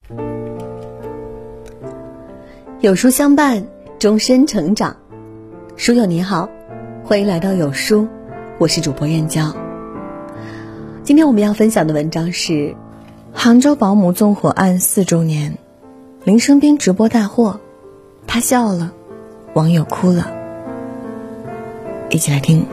有书相伴，终身成长。书友你好，欢迎来到有书，我是主播燕娇。今天我们要分享的文章是杭州保姆纵火案4周年，林生斌直播带货，他笑了，网友哭了。一起来听。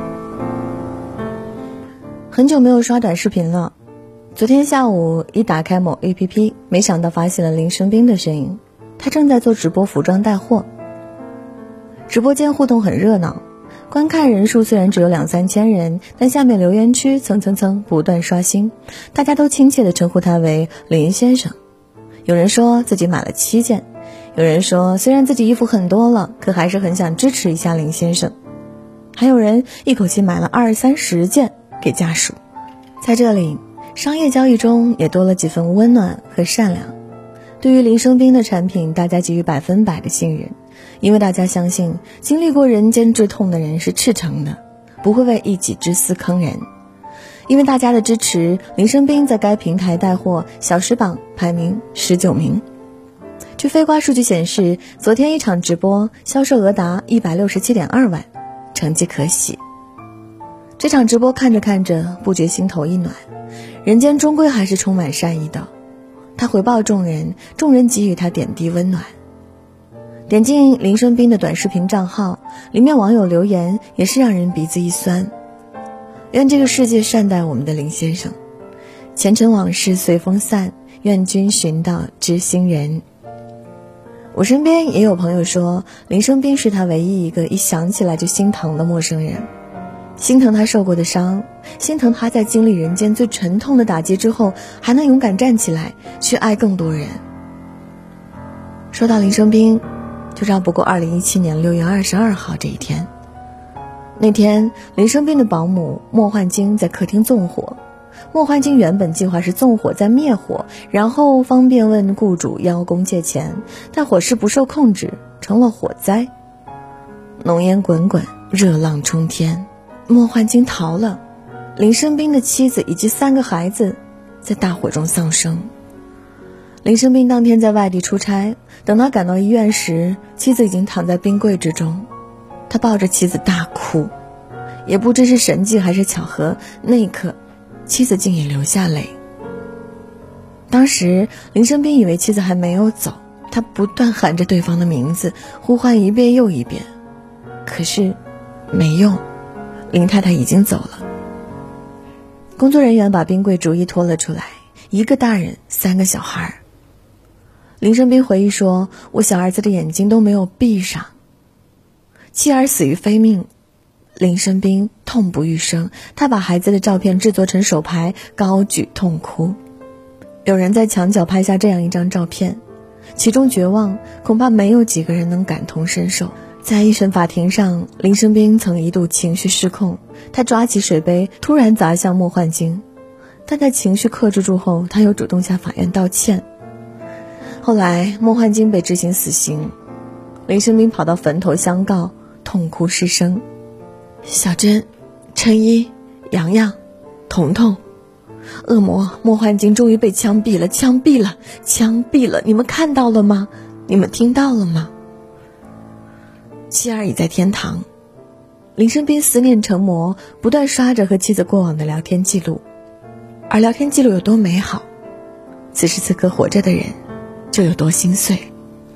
很久没有刷短视频了，昨天下午一打开某 APP， 没想到发现了林生斌的身影。他正在做直播服装带货，直播间互动很热闹，观看人数虽然只有2-3千人，但下面留言区蹭不断刷新，大家都亲切地称呼他为林先生。有人说自己买了7件，有人说虽然自己衣服很多了，可还是很想支持一下林先生，还有人一口气买了20-30件给家属。在这里，商业交易中也多了几分温暖和善良。对于林生斌的产品，大家给予100%的信任，因为大家相信经历过人间至痛的人是赤诚的，不会为一己之私坑人。因为大家的支持，林生斌在该平台带货小时榜排名19名。据飞瓜数据显示，昨天一场直播销售额达167.2万，成绩可喜。这场直播看着看着，不觉心头一暖，人间终归还是充满善意的。他回报众人，众人给予他点滴温暖。点进林生斌的短视频账号，里面网友留言也是让人鼻子一酸。愿这个世界善待我们的林先生，前尘往事随风散，愿君寻到知心人。我身边也有朋友说，林生斌是他唯一一个一想起来就心疼的陌生人，心疼他受过的伤，心疼他在经历人间最沉痛的打击之后，还能勇敢站起来去爱更多人。说到林生斌，就绕不过2017年6月22号这一天。那天，林生斌的保姆莫焕晶在客厅纵火。莫焕晶原本计划是纵火再灭火，然后方便问雇主邀功借钱，但火势不受控制，成了火灾。浓烟滚滚，热浪冲天，莫焕晶逃了，林生斌的妻子以及3个孩子在大火中丧生。林生斌当天在外地出差，等他赶到医院时，妻子已经躺在冰柜之中。他抱着妻子大哭，也不知是神迹还是巧合，那一刻妻子竟也流下泪。当时林生斌以为妻子还没有走，他不断喊着对方的名字，呼唤一遍又一遍，可是没用，林太太已经走了。工作人员把冰柜逐一拖了出来，1个大人3个小孩。林生斌回忆说，我小儿子的眼睛都没有闭上。妻儿死于非命，林生斌痛不欲生，他把孩子的照片制作成手牌，高举痛哭。有人在墙角拍下这样一张照片，其中绝望，恐怕没有几个人能感同身受。在一审法庭上，林生斌曾一度情绪失控，他抓起水杯突然砸向莫焕晶，但在情绪克制住后，他又主动向法院道歉。后来莫焕晶被执行死刑，林生斌跑到坟头相告，痛哭失声。小珍、陈一、洋洋、彤彤，恶魔莫焕晶终于被枪毙了，枪毙了，枪毙了！你们看到了吗？你们听到了吗？妻儿已在天堂。林生斌思念成魔，不断刷着和妻子过往的聊天记录，而聊天记录有多美好，此时此刻活着的人就有多心碎。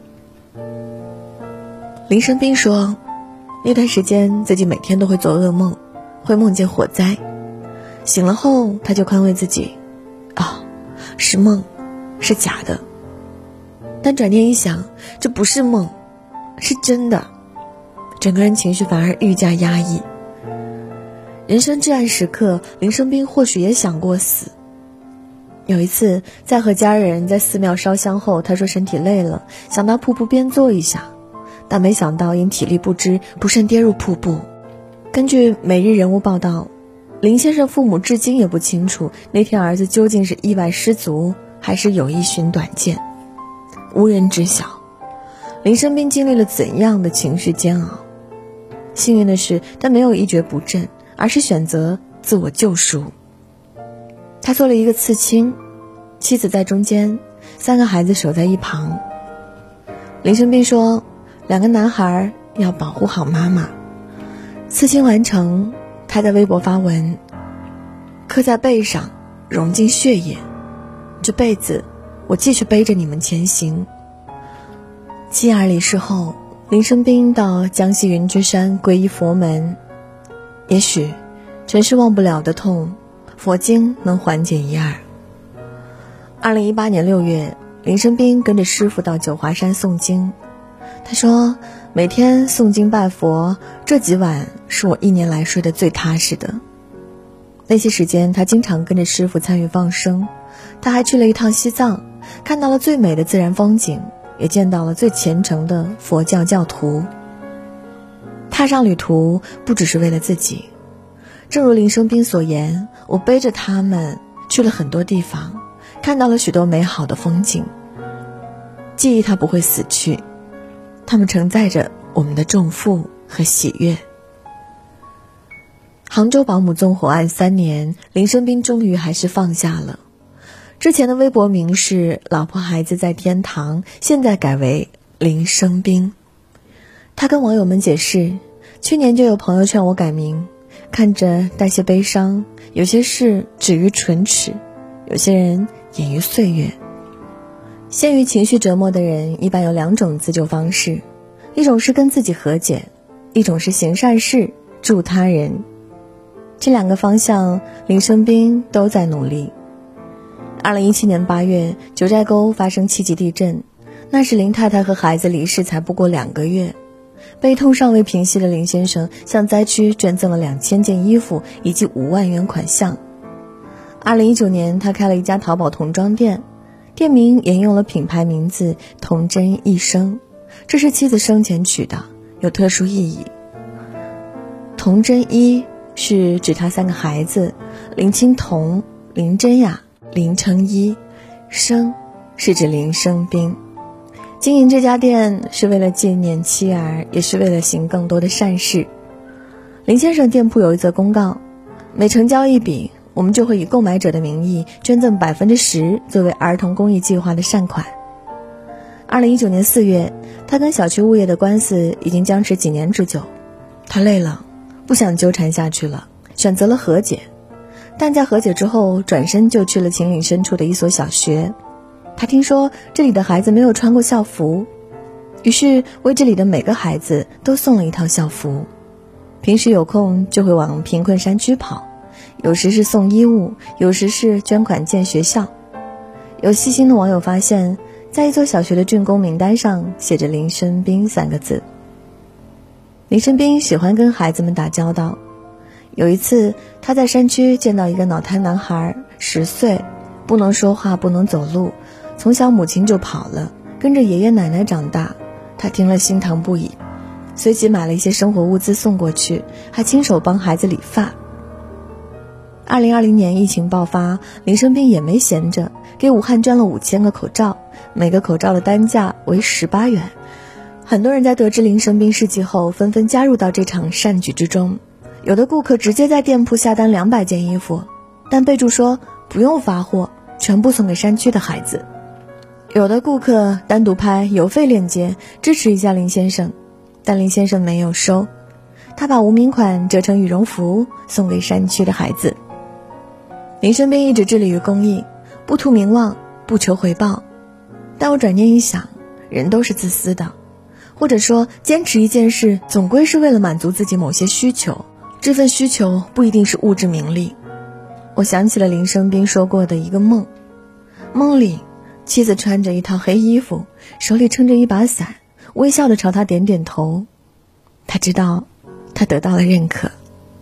林生斌说，那段时间自己每天都会做噩梦，会梦见火灾，醒了后他就宽慰自己，是梦，是假的。但转念一想，这不是梦，是真的，整个人情绪反而愈加压抑。人生至暗时刻，林生斌或许也想过死。有一次在和家人在寺庙烧香后，他说身体累了，想到瀑布边坐一下，但没想到因体力不支，不慎跌入瀑布。根据每日人物报道，林先生父母至今也不清楚那天儿子究竟是意外失足还是有意寻短见，无人知晓林生斌经历了怎样的情绪煎熬。幸运的是，他没有一蹶不振，而是选择自我救赎。他做了一个刺青，妻子在中间， 3个孩子守在一旁。林生斌说，2个男孩要保护好妈妈。刺青完成，他在微博发文，刻在背上，融进血液，这辈子我继续背着你们前行。妻儿离世后，林生斌到江西云居山皈依佛门，也许尘世忘不了的痛，佛经能缓解一二。2018年6月，林生斌跟着师父到九华山诵经。他说，每天诵经拜佛，这几晚是我1年来睡得最踏实的。那些时间，他经常跟着师父参与放生。他还去了一趟西藏，看到了最美的自然风景，也见到了最虔诚的佛教教徒。踏上旅途不只是为了自己，正如林生斌所言，我背着他们去了很多地方，看到了许多美好的风景。记忆它不会死去，它们承载着我们的重负和喜悦。杭州保姆纵火案3年，林生斌终于还是放下了。之前的微博名是老婆孩子在天堂，现在改为林生斌。他跟网友们解释，去年就有朋友劝我改名，看着带些悲伤，有些事止于唇齿，有些人掩于岁月。陷于情绪折磨的人一般有2种自救方式，一种是跟自己和解，一种是行善事助他人。这2个方向林生斌都在努力。2017年8月，九寨沟发生7级地震，那时林太太和孩子离世才不过2个月。悲痛尚未平息的林先生向灾区捐赠了2000件衣服以及5万元款项。2019年，他开了一家淘宝童装店，店名沿用了品牌名字童真一生，这是妻子生前取的，有特殊意义。童真一是指他3个孩子，林清童、林真雅、林成一，生是指林生斌。经营这家店是为了纪念妻儿，也是为了行更多的善事。林先生店铺有一则公告，每成交一笔，我们就会以购买者的名义捐赠10%作为儿童公益计划的善款。2019年4月，他跟小区物业的官司已经僵持几年之久，他累了，不想纠缠下去了，选择了和解。但在和解之后，转身就去了秦岭深处的一所小学。他听说这里的孩子没有穿过校服，于是为这里的每个孩子都送了一套校服。平时有空就会往贫困山区跑，有时是送衣物，有时是捐款建学校。有细心的网友发现，在一所小学的竣工名单上写着林生斌3个字。林生斌喜欢跟孩子们打交道。有一次，他在山区见到一个脑瘫男孩，10岁，不能说话，不能走路，从小母亲就跑了，跟着爷爷奶奶长大。他听了心疼不已，随即买了一些生活物资送过去，还亲手帮孩子理发。2020年疫情爆发，林生斌也没闲着，给武汉捐了5000个口罩，每个口罩的单价为18元。很多人在得知林生斌事迹后，纷纷加入到这场善举之中。有的顾客直接在店铺下单200件衣服，但备注说不用发货，全部送给山区的孩子。有的顾客单独拍邮费链接支持一下林先生，但林先生没有收，他把无名款折成羽绒服送给山区的孩子。林生斌一直致力于公益，不图名望，不求回报。但我转念一想，人都是自私的，或者说坚持一件事总归是为了满足自己某些需求，这份需求不一定是物质名利。我想起了林生斌说过的一个梦，梦里妻子穿着一套黑衣服，手里撑着一把伞，微笑地朝他点点头。他知道他得到了认可。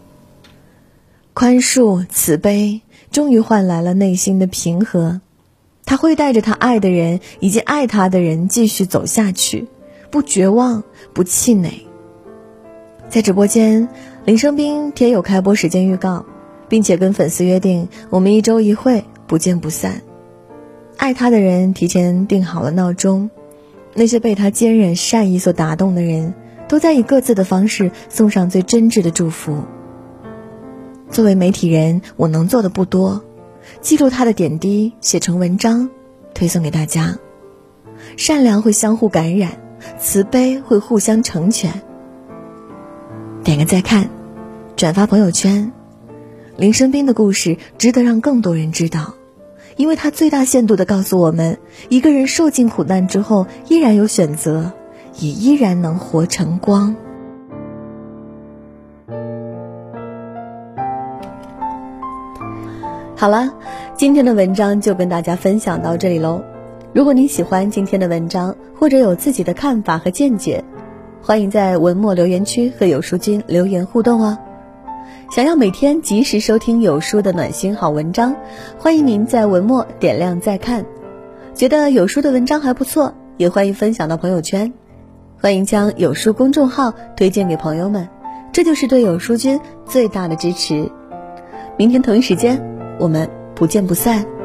宽恕慈悲终于换来了内心的平和，他会带着他爱的人以及爱他的人继续走下去，不绝望，不气馁。在直播间，林生斌贴有开播时间预告，并且跟粉丝约定，我们1周1会，不见不散。爱他的人提前定好了闹钟，那些被他坚韧善意所打动的人，都在以各自的方式送上最真挚的祝福。作为媒体人，我能做的不多，记录他的点滴，写成文章， 推送给大家。善良会相互感染，慈悲会互相成全。点个再看，转发朋友圈。林生斌的故事值得让更多人知道，因为他最大限度地告诉我们，一个人受尽苦难之后依然有选择，也依然能活成光。好了，今天的文章就跟大家分享到这里喽。如果你喜欢今天的文章，或者有自己的看法和见解，欢迎在文末留言区和有书君留言互动哦。想要每天及时收听有书的暖心好文章，欢迎您在文末点亮再看。觉得有书的文章还不错，也欢迎分享到朋友圈，欢迎将有书公众号推荐给朋友们，这就是对有书君最大的支持。明天同一时间，我们不见不散。